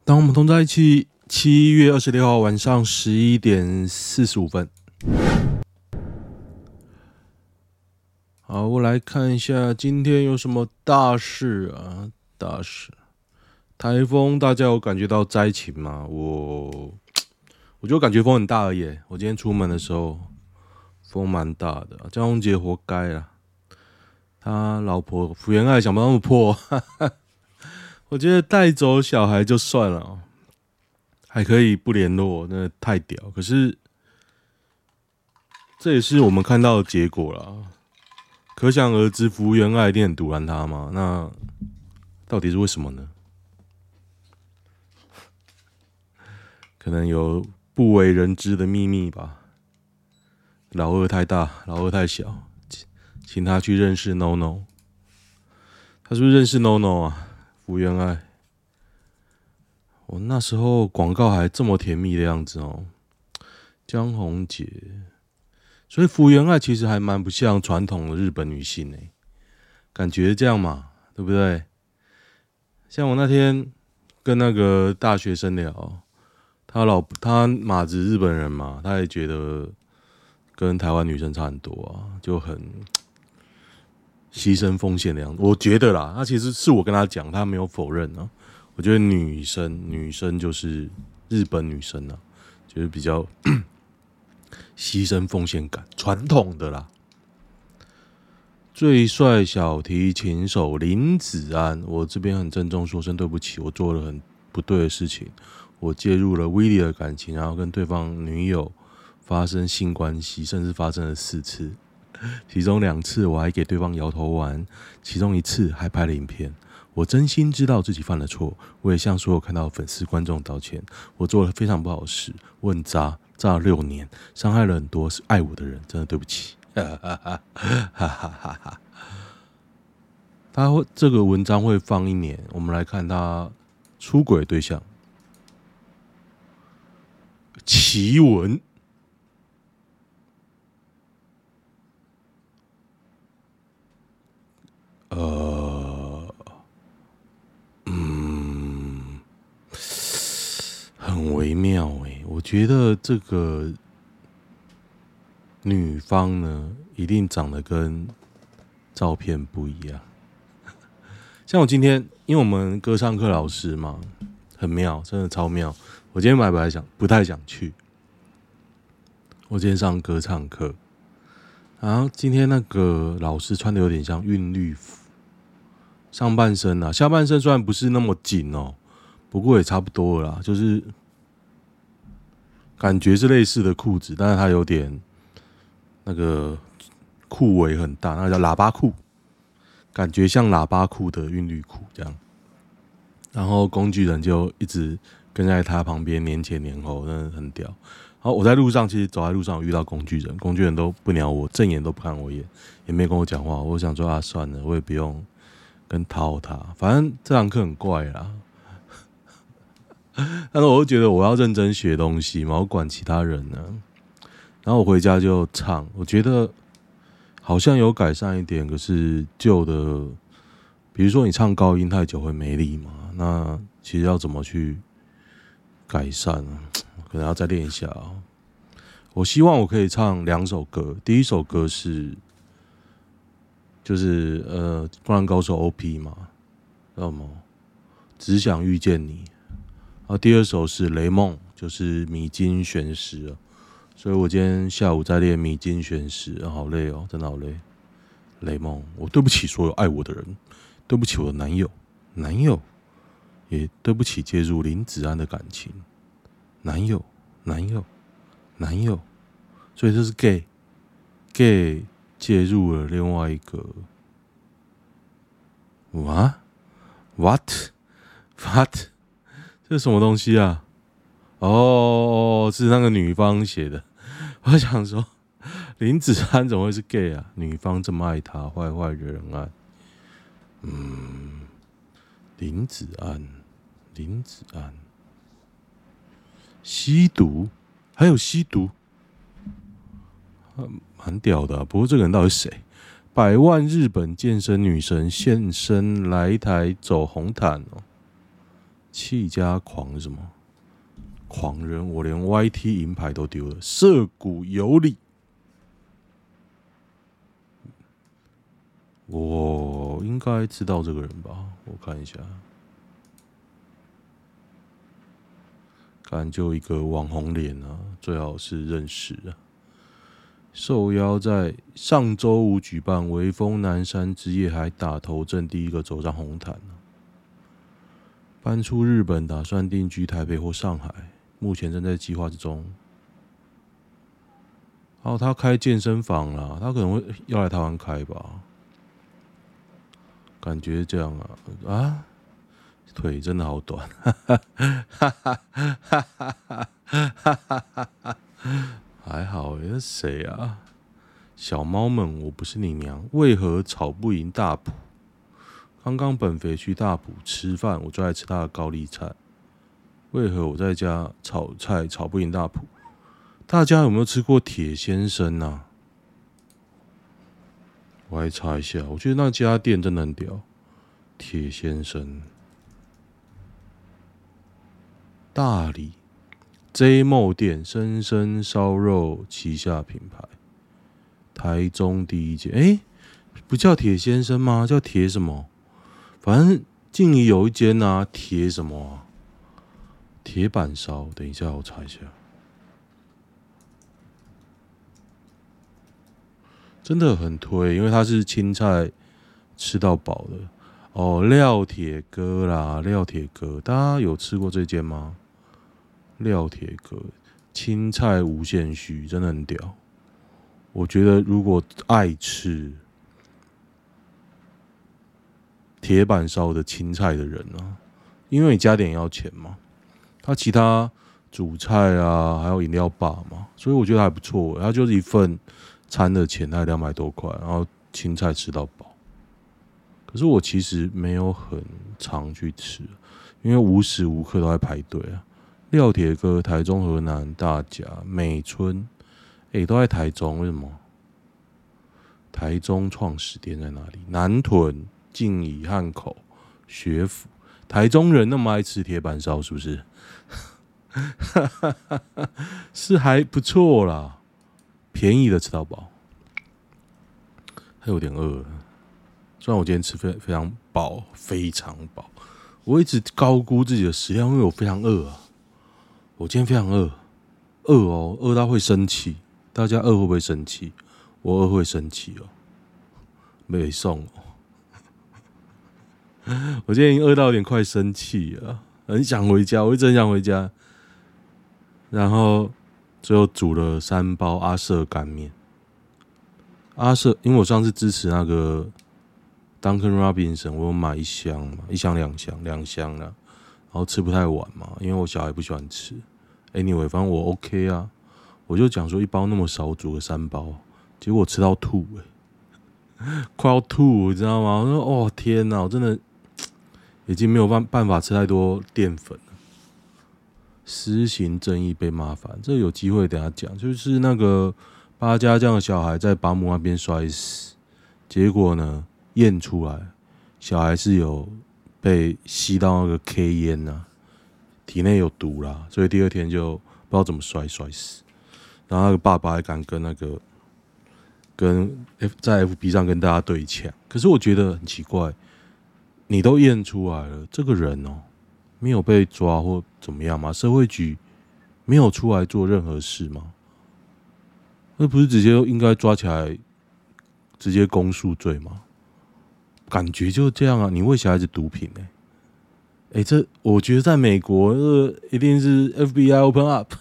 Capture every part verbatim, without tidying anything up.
当我们同在一起，七月二十六号晚上十一点四十五分。好，我来看一下今天有什么大事啊？大事，台风，大家有感觉到灾情吗？我，我就感觉风很大而已。我今天出门的时候，风蛮大的。江宏杰活该啦，他老婆福原爱想不到那么破。我觉得带走小孩就算了，还可以不联络，那太屌。可是这也是我们看到的结果啦。可想而知，福原爱一定很毒烂他嘛？那到底是为什么呢？可能有不为人知的秘密吧。老二太大，老二太小，请他去认识 NONO。他是不是认识 NONO 啊？福原爱，我那时候广告还这么甜蜜的样子哦。江宏杰，所以福原爱其实还蛮不像传统的日本女性诶，感觉这样嘛，对不对？像我那天跟那个大学生聊，他老他马子日本人嘛，他也觉得跟台湾女生差很多啊，就很牺牲奉献的样子。我觉得啦，他其实是我跟他讲，他没有否认啊。我觉得女生女生就是日本女生啊，就是比较牺牲奉献感，传统的啦。最帅小提琴手林子安，我这边很郑重说声对不起，我做了很不对的事情，我介入了威利的感情，然后跟对方女友发生性关系，甚至发生了四次，其中两次我还给对方摇头丸，其中一次还拍了影片。我真心知道自己犯了错，我也向所有看到的粉丝观众道歉。我做了非常不好的事，我很渣，渣了六年，伤害了很多是爱我的人，真的对不起。他会这个文章会放一年，我们来看他出轨对象奇闻。呃，嗯，很微妙诶。我觉得这个女方呢，一定长得跟照片不一样。像我今天，因为我们歌唱课老师嘛，很妙，真的超妙。我今天本来想不太想去，我今天上歌唱课，然后今天那个老师穿的有点像韵律服，上半身啊，下半身虽然不是那么紧哦，不过也差不多了啦，就是感觉是类似的裤子，但是它有点那个裤围很大，那叫喇叭裤。感觉像喇叭裤的韵律裤这样，然后工具人就一直跟在他旁边黏前黏后，真的很屌。然后我在路上，其实走在路上我遇到工具人，工具人都不鸟我，正眼都不看我一眼，也没跟我讲话。我想说啊，算了，我也不用跟讨他，反正这堂课很怪啦。但是我又觉得我要认真学东西嘛，我管其他人呢。然后我回家就唱，我觉得好像有改善一点，可是旧的，比如说你唱高音太久会没力嘛，那其实要怎么去改善呢？可能要再练一下啊。我希望我可以唱两首歌，第一首歌是就是呃《灌篮高手》O P 嘛，知道吗？只想遇见你。然后第二首是《雷梦》，就是米津玄师啊。所以我今天下午在练米津玄师，啊，好累哦，真的好累。雷梦，我对不起所有爱我的人，对不起我的男友，男友，也对不起介入林子安的感情，男友，男友，男友，所以这是 gay，gay gay 介入了另外一个，哇 ，what what， 这是什么东西啊？哦，是那个女方写的。我想说，林子安怎么会是 gay 啊？女方这么爱他，坏坏的人爱。嗯，林子安，林子安，吸毒，还有吸毒，蛮屌的啊。不过这个人到底是谁？百万日本健身女神现身来台走红毯哦。 气加狂是什么？狂人，我连 Y T 银牌都丢了，涉谷有理。我应该知道这个人吧？我看一下，看就一个网红脸啊，最好是认识啊。受邀在上周五举办微风南山之夜，还打头阵第一个走上红毯、啊、搬出日本，打算定居台北或上海，目前正在计划之中。然后他开健身房啦，他可能会要来台湾开吧，感觉这样啊啊，腿真的好短，哈哈哈哈哈哈哈哈哈。还好，那是谁啊？小猫们，我不是你娘，为何吵不赢大埔？刚刚本肥去大埔吃饭，我就爱吃他的高丽菜。为何我在家炒菜炒不赢大埔？大家有没有吃过铁先生啊？我来查一下，我觉得那家店真的很屌。铁先生，大理 J 梦店生生烧肉旗下品牌，台中第一间。哎、欸，不叫铁先生吗？叫铁什么？反正静宜有一间啊，铁什么啊？铁板烧。等一下，我查一下。真的很推，因为它是青菜吃到饱的哦。廖铁哥啦，廖铁哥，大家有吃过这间吗？廖铁哥青菜无限续，真的很屌。我觉得如果爱吃铁板烧的青菜的人啊，因为你加点要钱嘛，他其他主菜啊，还有饮料吧嘛，所以我觉得还不错。它就是一份餐的钱，才两百多块，然后青菜吃到饱。可是我其实没有很常去吃，因为无时无刻都在排队啊。廖铁哥，台中、河南、大甲、美村，哎、欸，都在台中，为什么？台中创始店在哪里？南屯、静宜、汉口、学府。台中人那么爱吃铁板烧，是不是？是还不错啦，便宜的吃到饱。还有点饿，虽然我今天吃非非常饱，非常饱。我一直高估自己的食量，因为我非常饿啊。我今天非常饿，饿哦，饿到会生气。大家饿会不会生气？我饿会生气哦，没送哦。我今天已经饿到有点快生气了，很想回家，我一直很想回家。然后最后煮了三包阿舍干面。阿舍，因为我上次支持那个 Duncan Robinson， 我有买一箱嘛，一箱两箱两箱啦，然后吃不太完嘛，因为我小孩不喜欢吃。Anyway， 反正我 OK 啊，我就讲说一包那么少，煮个三包，结果我吃到吐、欸，快要吐，你知道吗？我说哦天哪，我真的已经没有办办法吃太多淀粉了。施行正义被骂烦，这有机会等一下讲，就是那个八家将的小孩在巴姆那边摔死，结果呢验出来，小孩是有被吸到那个 K 烟啊。体内有毒啦，所以第二天就不知道怎么摔摔死。然后那个爸爸还敢跟那个跟 F 在 F B 上跟大家对呛。可是我觉得很奇怪，你都验出来了，这个人哦没有被抓或怎么样吗？社会局没有出来做任何事吗？那不是直接应该抓起来直接公诉罪吗？感觉就这样啊，你喂小孩子毒品欸。哎、欸，这我觉得在美国，呃，一定是 F B I open up，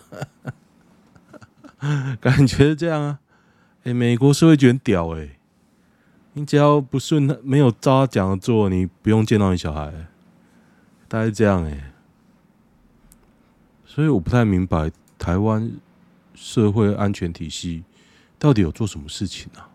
感觉是这样啊。哎、欸，美国社会局很屌哎、欸，你只要不顺他，没有照他讲的做，你不用见到你小孩、欸，大概是这样哎、欸。所以我不太明白台湾社会安全体系到底有做什么事情啊？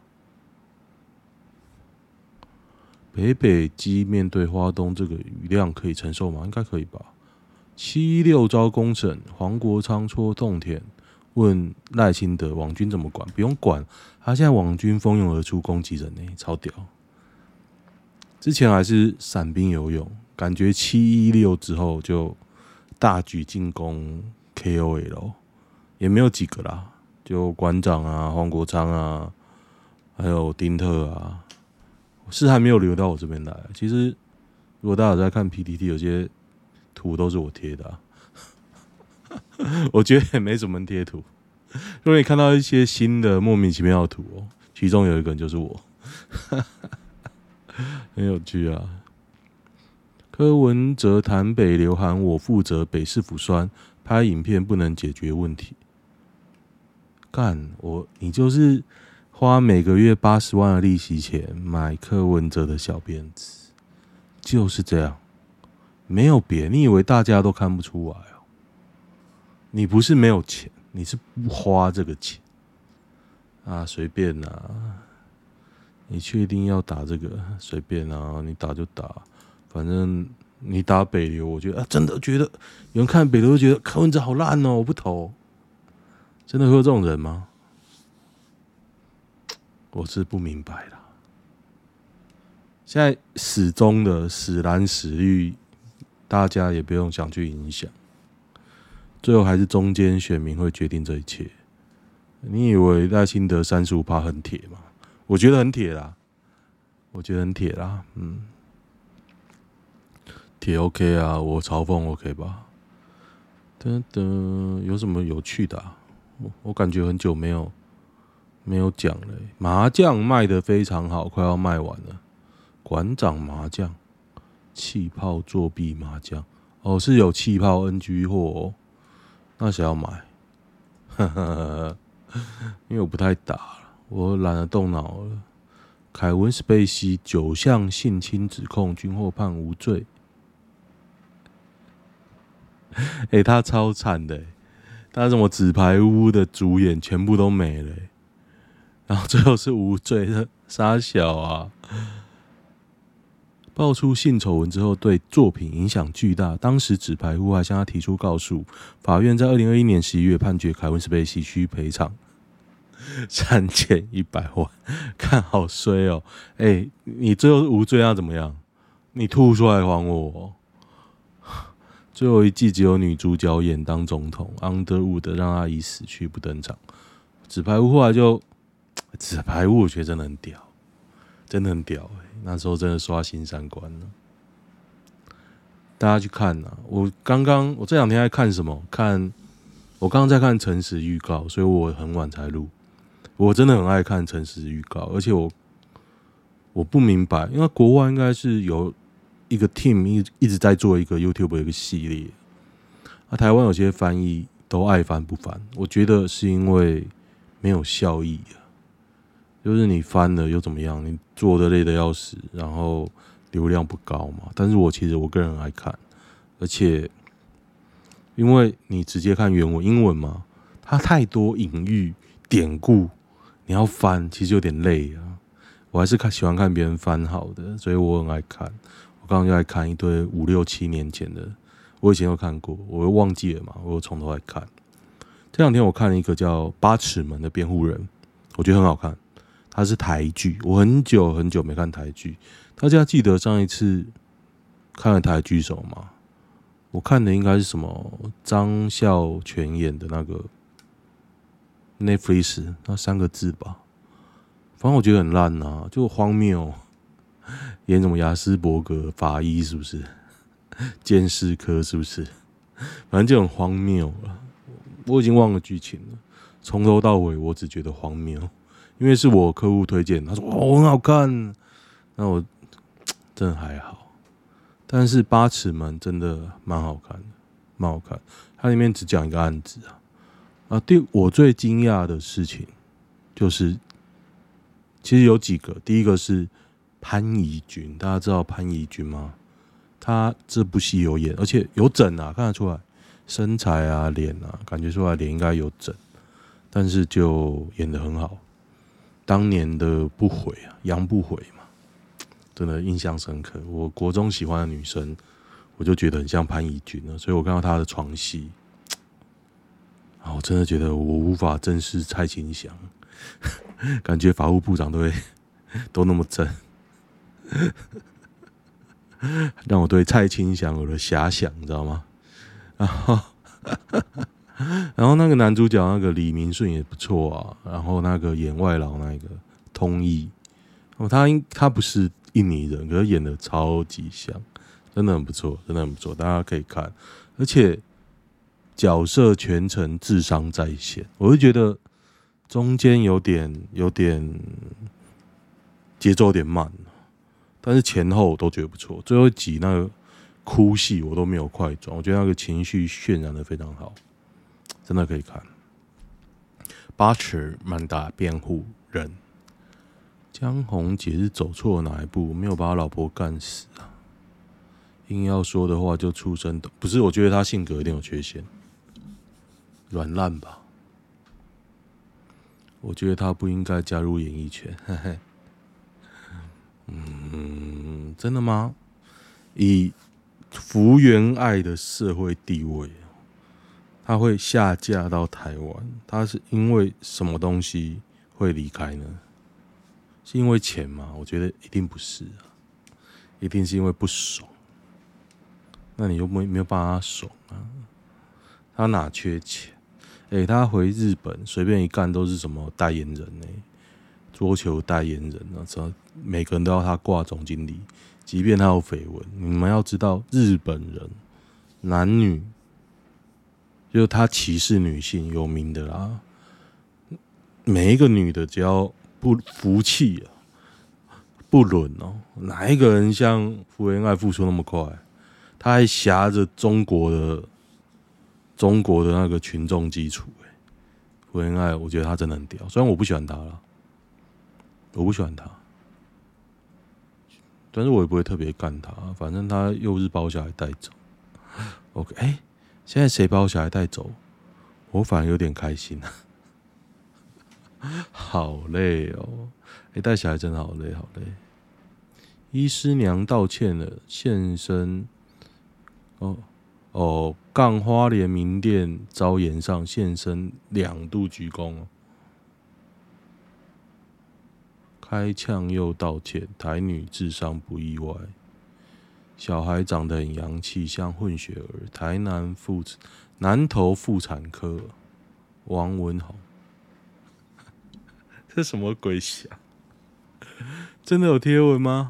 北北基面对花东这个雨量可以承受吗？应该可以吧。七六招公审，黄国昌戳痛点，问赖清德网军怎么管？不用管，他现在网军蜂拥而出攻击人呢、欸，超屌。之前还是伞兵游泳， 感觉七一六之后就大举进攻 K O L， 也没有几个啦，就馆长啊、黄国昌啊，还有丁特啊，是还没有流到我这边来。其实如果大家有在看 P T T， 有些图都是我贴的、啊，我觉得也没什么人贴图。如果你看到一些新的莫名其妙的图哦，其中有一个人就是我，很有趣啊。柯文哲谈北流喊我负责北市府酸，拍影片不能解决问题。干我，你就是花每个月八十万的利息钱买柯文哲的小辫子，就是这样，没有别。你以为大家都看不出来哦？你不是没有钱，你是不花这个钱啊，随便啊。你确定要打这个？随便啊，你打就打。反正你打北流，我觉得啊，真的觉得有人看北流就觉得柯文哲好烂哦，我不投。真的会有这种人吗？我是不明白啦。现在始终的死蓝死绿，大家也不用想去影响，最后还是中间选民会决定这一切。你以为赖清德三十五趴很铁吗？我觉得很铁啦，我觉得很铁啦，嗯。铁 OK 啊，我嘲讽 OK 吧？噔噔，有什么有趣的、啊？我我感觉很久没有没有讲了、欸。麻将卖得非常好，快要卖完了。馆长麻将，气泡作弊麻将，哦，是有气泡 N G 货哦。那谁要买？因为我不太打了，我懒得动脑了。凯文·史贝西九项性侵指控，均获判无罪。哎、欸，他超惨的、欸，他什么纸牌屋的主演全部都没了、欸，然后最后是无罪的，傻小啊！爆出性丑闻之后，对作品影响巨大。当时纸牌屋还向他提出告诉，法院在二零二一年十一月判决凯文·史贝西需赔偿三千一百万，看好衰哦！哎、欸，你最后无罪要怎么样？你吐出来还我、哦！最后一季只有女主角演当总统 ，Underwood 让她以死去不登场。纸牌屋后来就，纸牌屋我觉得真的很屌，真的很屌哎、欸！那时候真的刷新三观了。大家去看啊！我刚刚我这两天在看什么？看我刚刚在看诚实预告，所以我很晚才录。我真的很爱看诚实预告，而且我我不明白，因为国外应该是有一个 team 一一直在做一个 YouTube 的一个系列，啊，台湾有些翻译都爱翻不翻，我觉得是因为没有效益啊，就是你翻了又怎么样？你做的累的要死，然后流量不高嘛。但是我其实我个人很爱看，而且因为你直接看原文英文嘛，它太多隐喻典故，你要翻其实有点累啊。我还是看喜欢看别人翻好的，所以我很爱看。我刚刚就在看一堆五六七年前的，我以前有看过，我又忘记了嘛，我又从头来看。这两天我看了一个叫《八尺门的辩护人》，我觉得很好看。它是台剧，我很久很久没看台剧。大家记得上一次看了台剧什么吗？我看的应该是什么张孝全演的那个 Netflix 那三个字吧。反正我觉得很烂啊，就荒谬。演什么雅斯伯格法医是不是？监视科是不是？反正就很荒谬了。我已经忘了剧情了，从头到尾我只觉得荒谬，因为是我客户推荐，他说哦很好看，那我真的还好。但是八尺门真的蛮好看的，蛮好看。它里面只讲一个案子啊，啊，第我最惊讶的事情就是，其实有几个，第一个是潘怡君，大家知道潘怡君吗？他这部戏有演，而且有整啊，看得出来身材啊、脸啊，感觉出来脸应该有整，但是就演得很好。当年的不悔啊，杨不悔嘛，真的印象深刻。我国中喜欢的女生，我就觉得很像潘怡君了，所以我看到她的床戏，啊，我真的觉得我无法正视蔡清祥，感觉法务部长都会都那么正。 让我对蔡清祥有了遐想，你知道吗？然后，然后那个男主角那个李明顺也不错啊，然后那个演外劳那个通义，哦，他应他不是印尼人，可是演的超级像，真的很不错，真的很不错，大家可以看，而且角色全程智商在线，我就觉得中间有点有点节奏有点慢，但是前后我都觉得不错，最后一集那个哭戏我都没有快转，我觉得那个情绪渲染的非常好，真的可以看。八尺曼达辩护人，江宏杰是走错了哪一步？没有把他老婆干死啊？硬要说的话，就出生的不是？我觉得他性格有点有缺陷，软烂吧。我觉得他不应该加入演艺圈。嘿嘿，嗯，真的吗？以福原爱的社会地位，他会下嫁到台湾，他是因为什么东西会离开呢？是因为钱吗？我觉得一定不是啊，一定是因为不爽。那你又没没有办法爽啊？他哪缺钱？哎、欸，他回日本随便一干都是什么代言人呢、欸？桌球代言人啊，每个人都要他挂总经理，即便他有绯闻。你们要知道，日本人男女就是他歧视女性有名的啦。每一个女的只要不服气啊，不伦哦，哪一个人像福原爱付出那么快？他还挟着中国的中国的那个群众基础、欸，福原爱，我觉得他真的很屌。虽然我不喜欢他啦，我不喜欢他，但是我也不会特别干他。反正他又是把我小孩带走。OK， 哎、欸，现在谁把我小孩带走？我反而有点开心啊。好累哦，哎、欸，带小孩真的好累，好累。医师娘道歉了，现身。哦哦，杠花莲名店招言上现身两度鞠躬哦，开枪又道歉，台女智商不意外，小孩长得很洋气，像混血儿，台南妇南投妇产科王文宏，这什么鬼想？真的有贴文吗？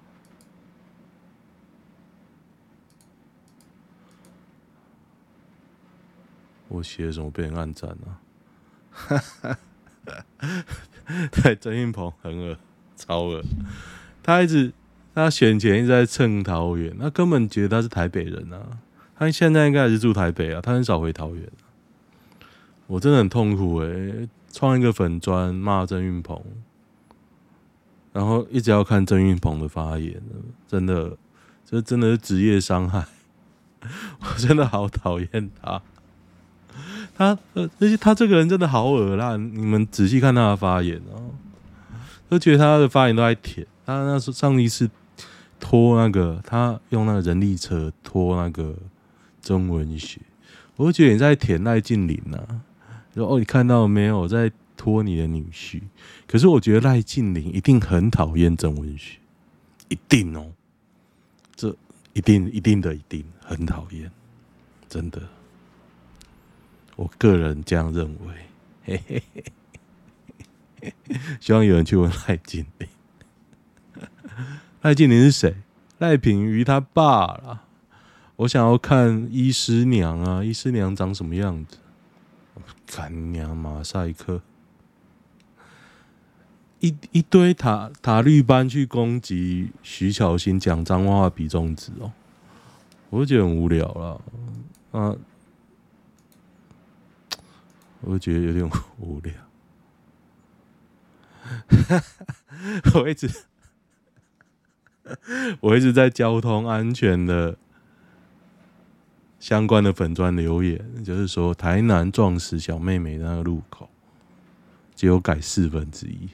我写什么被人按赞啊？对，曾运鹏很恶，超恶。他一直他选前一直在蹭桃园，他根本觉得他是台北人啊。他现在应该还是住台北啊，他很少回桃园、啊。我真的很痛苦哎、欸，创一个粉专骂曾运鹏，然后一直要看曾运鹏的发言，真的，这真的是职业伤害。我真的好讨厌他。他呃，而且他这个人真的好恶烂，你们仔细看他的发言哦，都觉得他的发言都在舔。他那时候上一次拖那个，他用那个人力车拖那个曾文学，我就觉得你在舔赖静玲啊。说哦，你看到没有，我在拖你的女婿。可是我觉得赖静玲一定很讨厌曾文学，一定哦，这一定一定的一定很讨厌，真的。我个人这样认为，嘿嘿嘿嘿，希望有人去问赖静玲。赖静玲是谁？赖品妤他爸啦。我想要看医师娘啊，医师娘长什么样子？干娘马赛克，一一堆塔塔绿班去攻击徐巧芯讲脏话比中指哦，我就觉得很无聊啦。啊。我就觉得有点无聊，我一直我一直在交通安全的相关的粉专留言，就是说台南撞死小妹妹的那个路口，只有改四分之一，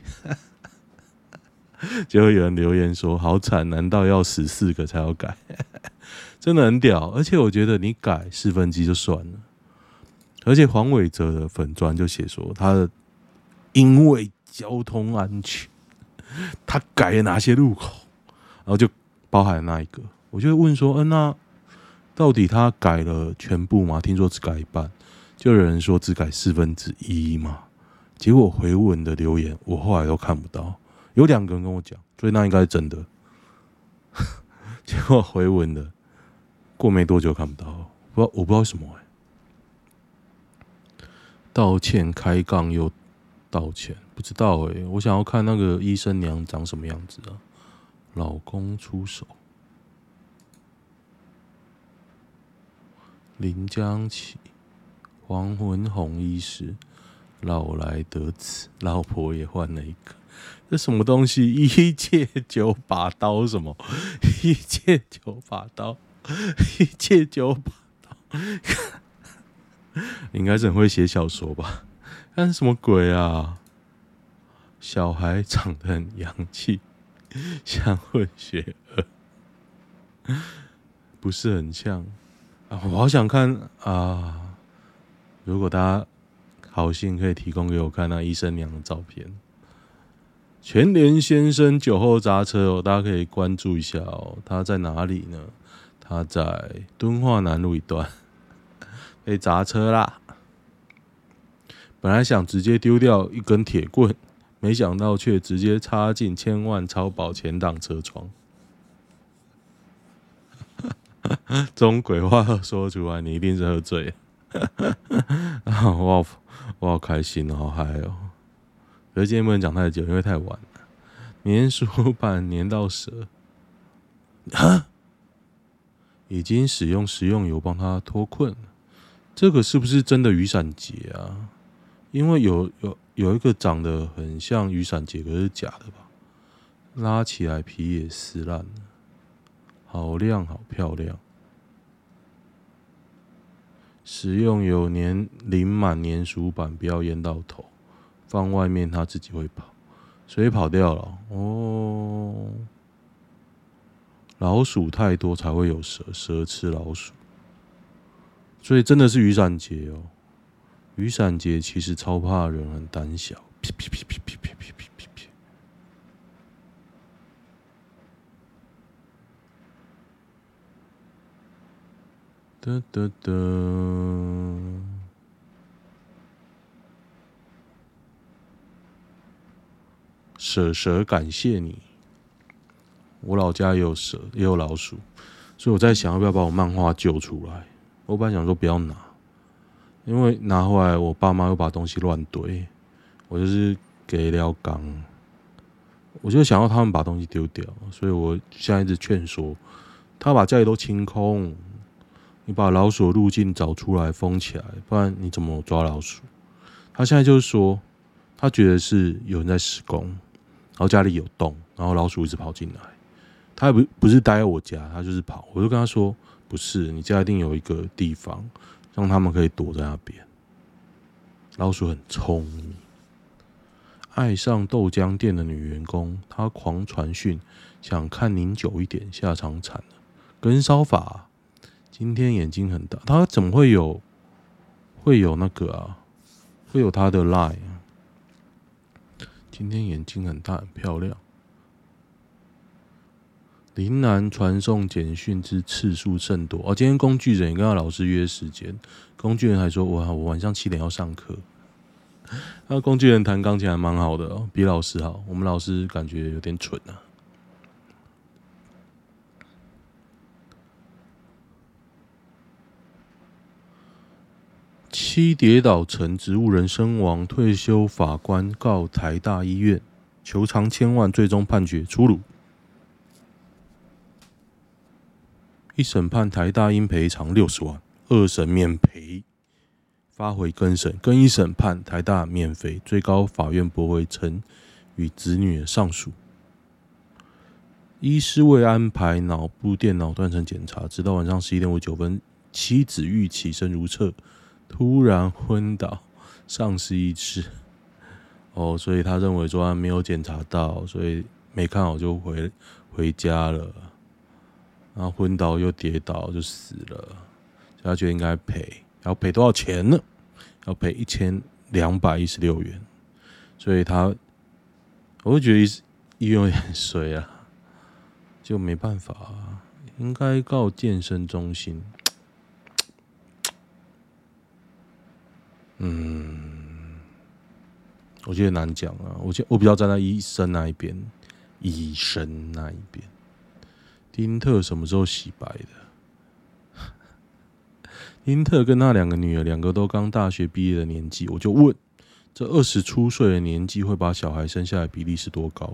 结果有人留言说好惨，难道要死四个才要改？真的很屌，而且我觉得你改四分之一就算了。而且黄伟哲的粉专就写说，他的因为交通安全，他改了哪些路口，然后就包含了那一个， 我就会问说，嗯、呃，那到底他改了全部吗？听说只改一半，就有人说只改四分之一嘛。结果回文的留言我后来都看不到，有两个人跟我讲，所以那应该是真的。结果回文的过没多久看不到，不知道我不知道为什么哎、欸。道歉开杠又道歉，不知道哎、欸。我想要看那个医生娘长什么样子啊？老公出手，临江起，黄文宏医师。老来得子，老婆也换了一个，这什么东西？一借九把刀什么？一借九把刀，一借九把刀，应该是很会写小说吧？看是什么鬼啊？小孩长得很洋气，像混血儿，不是很像啊？我好想看啊！如果大家好心可以提供给我看那医生娘的照片。全联先生酒后砸车哦，大家可以关注一下哦。他在哪里呢？他在敦化南路一段被砸车啦。本来想直接丢掉一根铁棍，没想到却直接插进千万超保前挡车窗。这种鬼话说出来，你一定是喝醉了。啊，我好我好开心哦，好嗨哦！可是今天不能讲太久，因为太晚了。粘鼠板粘到蛇，啊！已经使用食用油帮他脱困了。这个是不是真的雨伞节啊？因为有有有一个长得很像雨伞节，可是假的吧？拉起来皮也撕烂了，好亮好漂亮。食用油粘淋满粘鼠板，不要淹到头。放外面它自己会跑，所以跑掉了哦。老鼠太多才会有蛇，蛇吃老鼠，所以真的是雨伞节哦。雨伞节其实超怕人，很胆小，噼噼噼噼噼噼噼噼噼噼。哒哒哒。蛇蛇感谢你。我老家也有蛇，也有老鼠，所以我在想要不要把我漫画救出来。我本来想说不要拿，因为拿回来我爸妈又把东西乱堆，我就是给了刚，我就想要他们把东西丢掉，所以我现在一直劝说他把家里都清空，你把老鼠的路径找出来封起来，不然你怎么抓老鼠？他现在就是说，他觉得是有人在施工，然后家里有洞，然后老鼠一直跑进来。他也不不是待在我家，他就是跑。我就跟他说，不是，你家一定有一个地方，让他们可以躲在那边。老鼠很聪明。爱上豆浆店的女员工，她狂传讯，想看您久一点，下场惨了。跟烧法、啊，今天眼睛很大，他怎么会有会有那个啊？会有他的 line 啊？今天眼睛很大，很漂亮。林南传送简讯之次数甚多哦。今天工具人也跟他老师约时间，工具人还说：“哇，我晚上七点要上课。”那工具人弹钢琴还蛮好的哦，比老师好。我们老师感觉有点蠢啊。七跌倒成植物人身亡，退休法官告台大医院求偿千万，最终判决出炉。一审判台大应赔偿六十万，二审免赔，发回更审，更一审判台大免赔，最高法院驳回曾与子女的上诉。医师未安排脑部电脑断层检查，直到晚上十一点五十九分，妻子欲起身如厕，突然昏倒，丧失意识。哦，所以他认为说他没有检查到，所以没看好就回回家了。然后昏倒又跌倒就死了，所以他觉得应该赔，要赔多少钱呢？要赔一千两百一十六元。所以他，我会觉得医院有点衰啊，就没办法啊， 应该告健身中心。嗯，我觉得难讲啊。我我比较站在医生那一边，医生那一边。丁特什么时候洗白的？丁特跟他两个女儿，两个都刚大学毕业的年纪，我就问：这二十出岁的年纪会把小孩生下来比例是多高？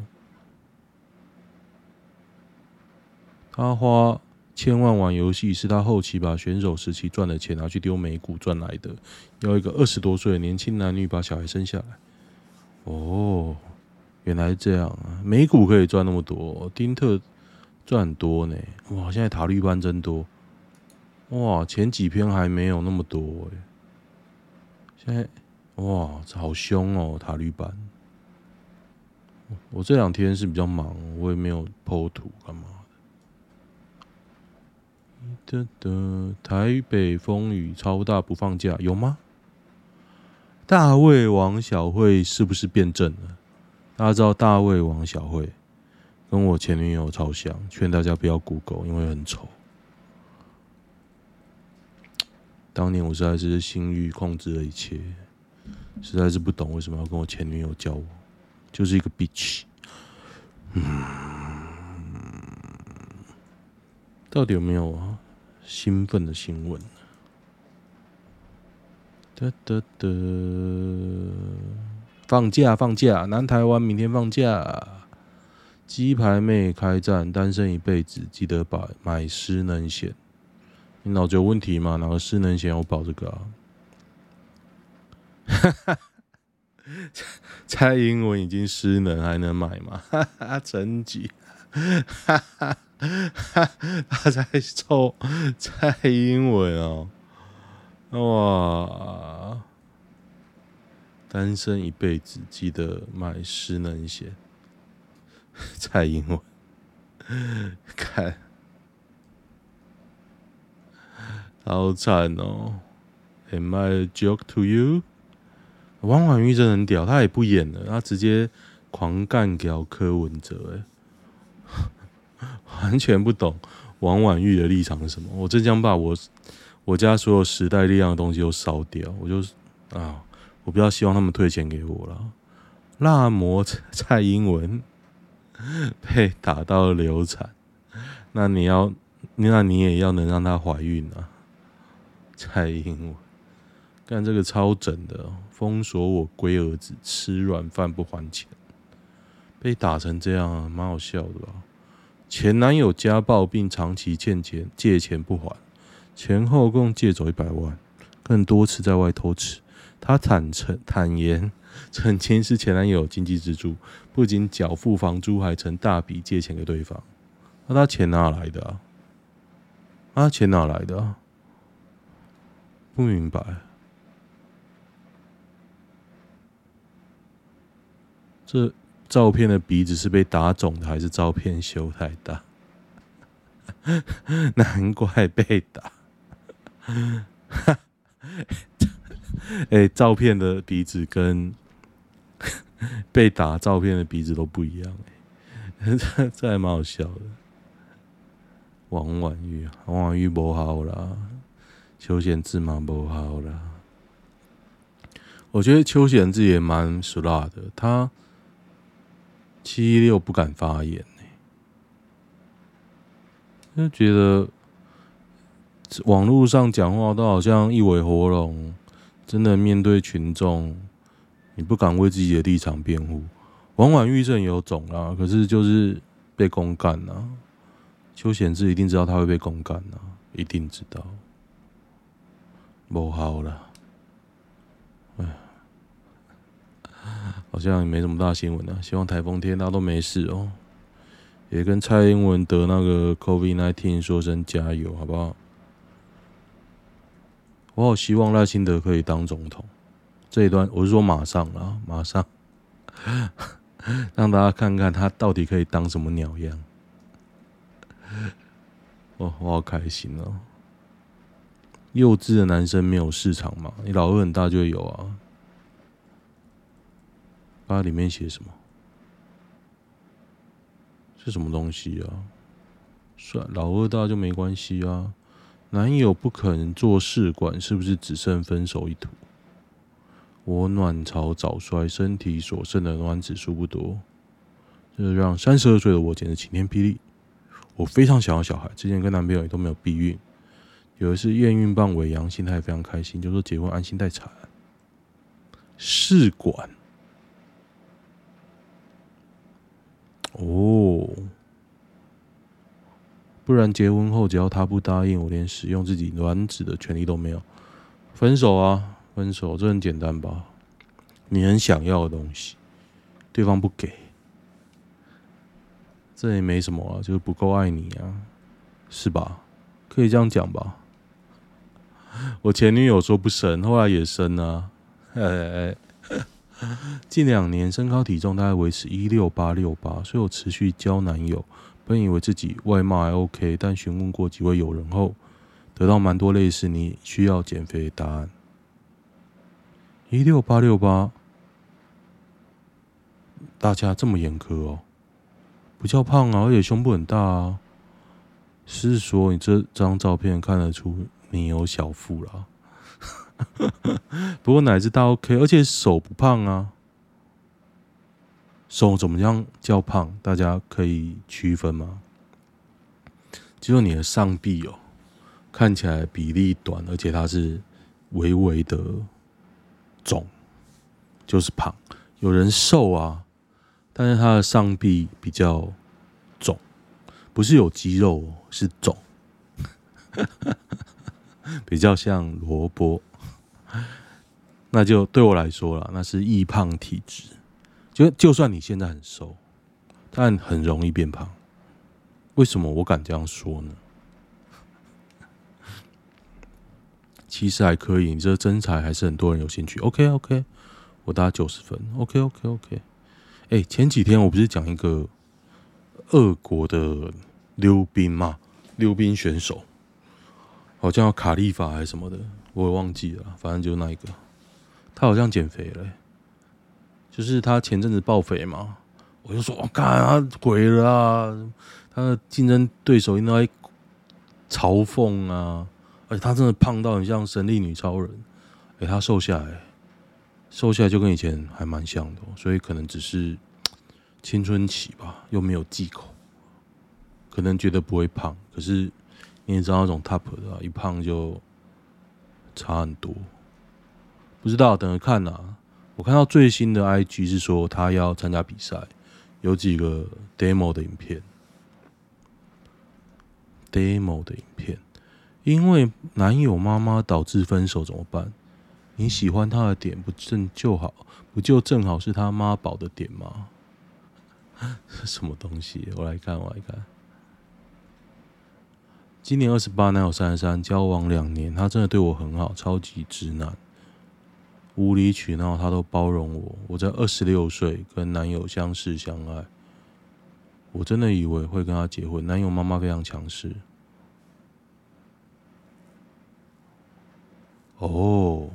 他花千万玩游戏是他后期把选手时期赚的钱拿去丢美股赚来的，要一个二十多岁的年轻男女把小孩生下来。哦，原来是这样啊！美股可以赚那么多，丁特赚很多呢。哇，现在塔绿班真多。哇，前几篇还没有那么多哎。现在哇，好凶哦，塔绿班。我这两天是比较忙，我也没有 po 图干嘛的。的的，台北风雨超大不放假，有吗？大胃王小慧是不是变正了？大家知道大胃王小慧跟我前女友超像，劝大家不要 Google， 因为很丑。当年我实在是性欲控制了一切，实在是不懂为什么要跟我前女友交往，就是一个 bitch。嗯，到底有没有兴奋的新闻？得得得，放假放假，南台湾明天放假。鸡排妹开战，单身一辈子，记得把买失能险。你脑子有问题吗？哪个失能险有保这个啊？蔡英文已经失能，还能买吗？哈哈，陈菊，哈哈，他在臭蔡英文哦。哇！单身一辈子，记得买失能险。蔡英文，看，好惨哦 ！Am I a joke to you？ 王婉玉真的很屌，他也不演了，他直接狂干掉柯文哲，哎，完全不懂王婉玉的立场是什么。我真将把我我家所有时代力量的东西都烧掉，我就啊，我比较希望他们退钱给我了。辣魔蔡英文被打到流产，那你要，那你也要能让她怀孕啊。蔡英文干这个超整的，封锁我龟儿子吃软饭不还钱，被打成这样啊，蛮好笑的吧？前男友家暴并长期欠钱借钱不还，前后共借走一百万，更多次在外偷吃。他坦诚坦言，曾经是前男友经济支柱，不仅缴付房租，还曾大笔借钱给对方。那他钱哪来的啊？他钱哪来的啊？不明白。这照片的鼻子是被打肿的，还是照片修太大？难怪被打。哎、欸，照片的鼻子跟被打照片的鼻子都不一样、欸，这这还蛮好笑的。王婉玉，王婉玉不好啦，邱显智嘛不好啦。我觉得邱显智也蛮俗辣的，他七一六不敢发言、欸，就觉得网络上讲话都好像一尾活龙，真的面对群众，你不敢为自己的立场辩护。王婉玉正有种啦，可是就是被公干啦。邱显智一定知道他会被公干啦，一定知道。不好啦，哎，好像也没什么大新闻啊。希望台风天大家都没事哦，也跟蔡英文得那个 COVID 十九 说声加油，好不好？我好希望赖清德可以当总统。这一段我是说马上啦，马上让大家看看他到底可以当什么鸟样。哦，我好开心哦！幼稚的男生没有市场嘛？你老二很大就会有啊。它里面写什么？是什么东西啊？ 算老二大就没关系啊。男友不肯做试管，是不是只剩分手一途？我卵巢早衰，身体所剩的卵子数不多，这让三十二岁的我简直晴天霹雳。我非常想要小孩，之前跟男朋友也都没有避孕，有一次验孕棒伪阳性，他也非常开心，就说结婚安心待产。试管，哦，不然结婚后只要他不答应，我连使用自己卵子的权利都没有。分手啊，分手，这很简单吧？你很想要的东西，对方不给，这也没什么啊，就是不够爱你啊，是吧？可以这样讲吧？我前女友说不生，后来也生啊。哎哎近两年身高体重大概维持一六八六八，所以我持续交男友。本以为自己外貌还 OK， 但询问过几位友人后，得到蛮多类似你需要减肥的答案。一六八六八，大家这么严苛哦？不叫胖啊，而且胸部很大啊。是说你这张照片看得出你有小腹啦。不过奶子大 OK， 而且手不胖啊。手怎么样叫胖？大家可以区分吗？只有你的上臂哦，看起来比例短，而且它是微微的肿，就是胖。有人瘦啊，但是他的上臂比较肿，不是有肌肉哦，是肿，比较像萝卜。那就对我来说啦，那是易胖体质。就就算你现在很瘦，但很容易变胖。为什么我敢这样说呢？其实还可以，你这真材还是很多人有兴趣。OK OK， 我打九十分。OK OK OK。哎、欸，前几天我不是讲一个俄国的溜冰嘛，溜冰选手，好像叫卡利法还是什么的，我也忘记了，反正就是那一个。他好像减肥了、欸，就是他前阵子爆肥嘛，我就说，我、哦、干他毁了啊！他的竞争对手应该嘲讽啊，而且他真的胖到很像神力女超人。哎、欸，他瘦下来，瘦下来就跟以前还蛮像的、哦，所以可能只是青春期吧，又没有忌口，可能觉得不会胖，可是你也知道那种 top 的、啊，一胖就差很多。不知道，等着看啊。我看到最新的 I G 是说他要参加比赛，有几个 demo 的影片 ，demo 的影片。因为男友妈妈导致分手怎么办？你喜欢他的点不正就好，不就正好是他妈宝的点吗？什么东西？我来看，我来看。今年二十八，男友三十三，交往两年，他真的对我很好，超级直男。无理取闹，他都包容我。我在二十六岁跟男友相识相爱，我真的以为会跟他结婚。男友妈妈非常强势。哦，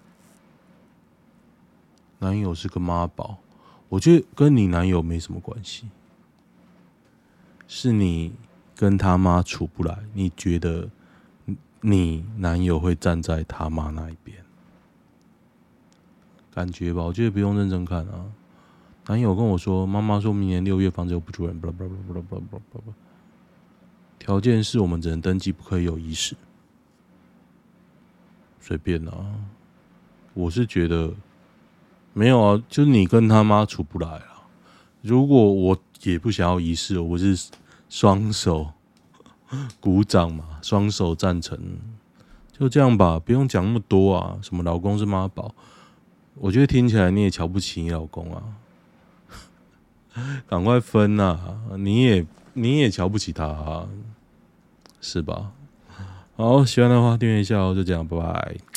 男友是个妈宝，我觉得跟你男友没什么关系，是你跟他妈处不来，你觉得你男友会站在他妈那一边。感觉吧，我觉得不用认真看啊。男友跟我说，妈妈说明年六月房子又不出人，条件是我们只能登记，不可以有仪式。随便啊，我是觉得没有啊，就是你跟他妈处不来啊。如果我也不想要仪式，我是双手鼓掌嘛，双手赞成，就这样吧，不用讲那么多啊。什么老公是妈宝？我觉得听起来你也瞧不起你老公啊，赶快分啊！你也你也瞧不起他啊，是吧？好，喜欢的话订阅一下哦，就这样，拜拜。